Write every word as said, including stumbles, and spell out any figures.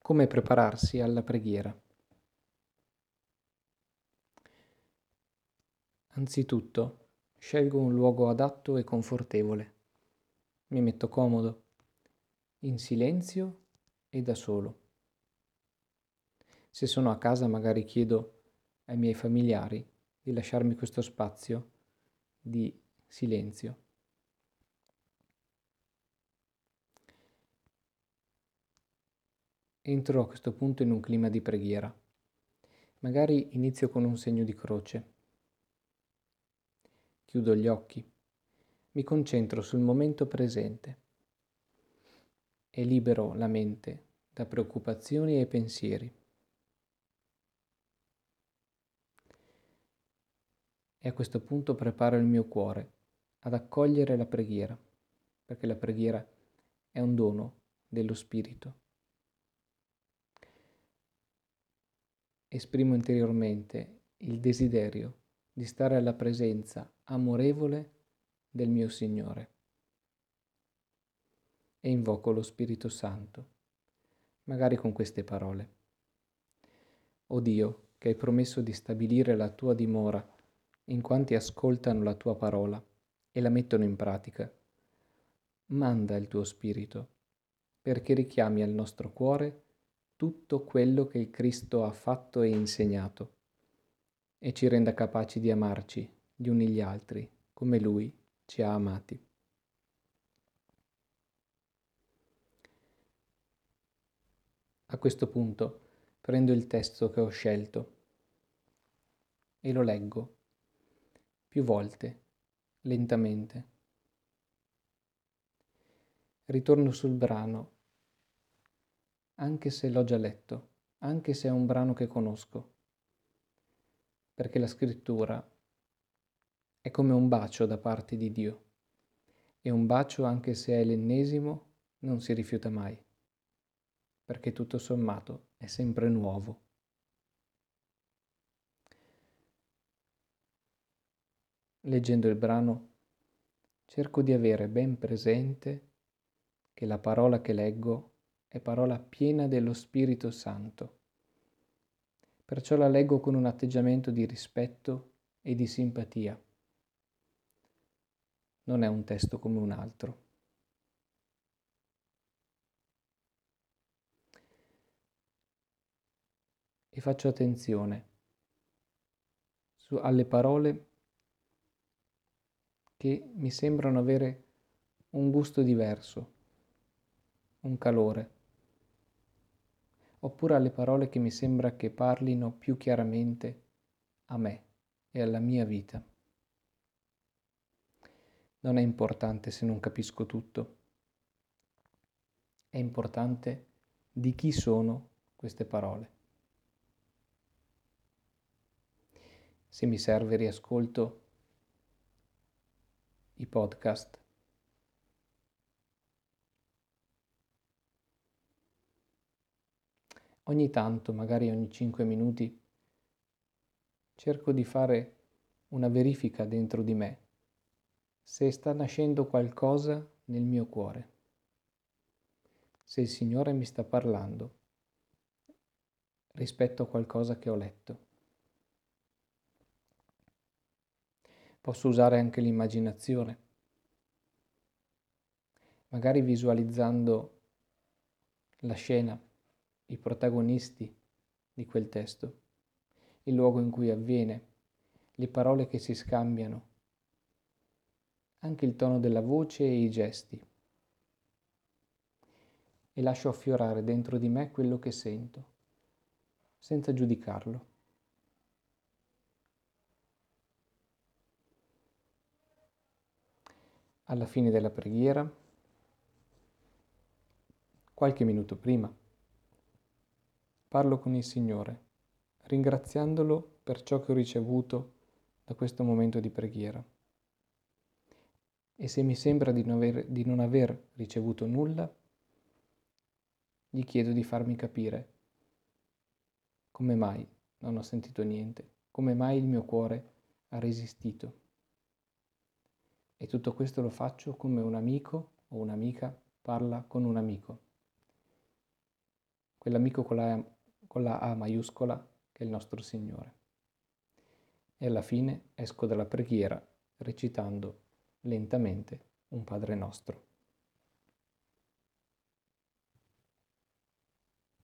Come prepararsi alla preghiera? Anzitutto, scelgo un luogo adatto e confortevole. Mi metto comodo, in silenzio e da solo. Se sono a casa, magari chiedo ai miei familiari di lasciarmi questo spazio di silenzio. Entro a questo punto in un clima di preghiera. Magari inizio con un segno di croce. Chiudo gli occhi. Mi concentro sul momento presente e libero la mente da preoccupazioni e pensieri. E a questo punto preparo il mio cuore ad accogliere la preghiera, perché la preghiera è un dono dello Spirito. Esprimo interiormente il desiderio di stare alla presenza amorevole del mio Signore e invoco lo Spirito Santo, magari con queste parole. O Dio, che hai promesso di stabilire la tua dimora in quanti ascoltano la tua parola e la mettono in pratica, manda il tuo Spirito perché richiami al nostro cuore tutto quello che il Cristo ha fatto e insegnato e ci renda capaci di amarci gli uni gli altri come Lui ci ha amati. A questo punto prendo il testo che ho scelto e lo leggo più volte, lentamente. Ritorno sul brano, anche se l'ho già letto, anche se è un brano che conosco, perché la scrittura è come un bacio da parte di Dio, e un bacio, anche se è l'ennesimo, non si rifiuta mai, perché tutto sommato è sempre nuovo. Leggendo il brano, cerco di avere ben presente che la parola che leggo è parola piena dello Spirito Santo. Perciò la leggo con un atteggiamento di rispetto e di simpatia. Non è un testo come un altro. E faccio attenzione su, alle parole che mi sembrano avere un gusto diverso, un calore, oppure alle parole che mi sembra che parlino più chiaramente a me e alla mia vita. Non è importante se non capisco tutto, è importante di chi sono queste parole. Se mi serve riascolto i podcast. Ogni tanto, magari ogni cinque minuti, cerco di fare una verifica dentro di me, se sta nascendo qualcosa nel mio cuore, se il Signore mi sta parlando rispetto a qualcosa che ho letto. Posso usare anche l'immaginazione, magari visualizzando la scena, i protagonisti di quel testo, il luogo in cui avviene, le parole che si scambiano, anche il tono della voce e i gesti. E lascio affiorare dentro di me quello che sento, senza giudicarlo. Alla fine della preghiera, qualche minuto prima, parlo con il Signore, ringraziandolo per ciò che ho ricevuto da questo momento di preghiera. E se mi sembra di non aver, di non aver ricevuto nulla, gli chiedo di farmi capire come mai non ho sentito niente, come mai il mio cuore ha resistito. E tutto questo lo faccio come un amico o un'amica parla con un amico. quell'amico con la, con la A maiuscola che è il nostro Signore. E alla fine esco dalla preghiera recitando lentamente un Padre Nostro.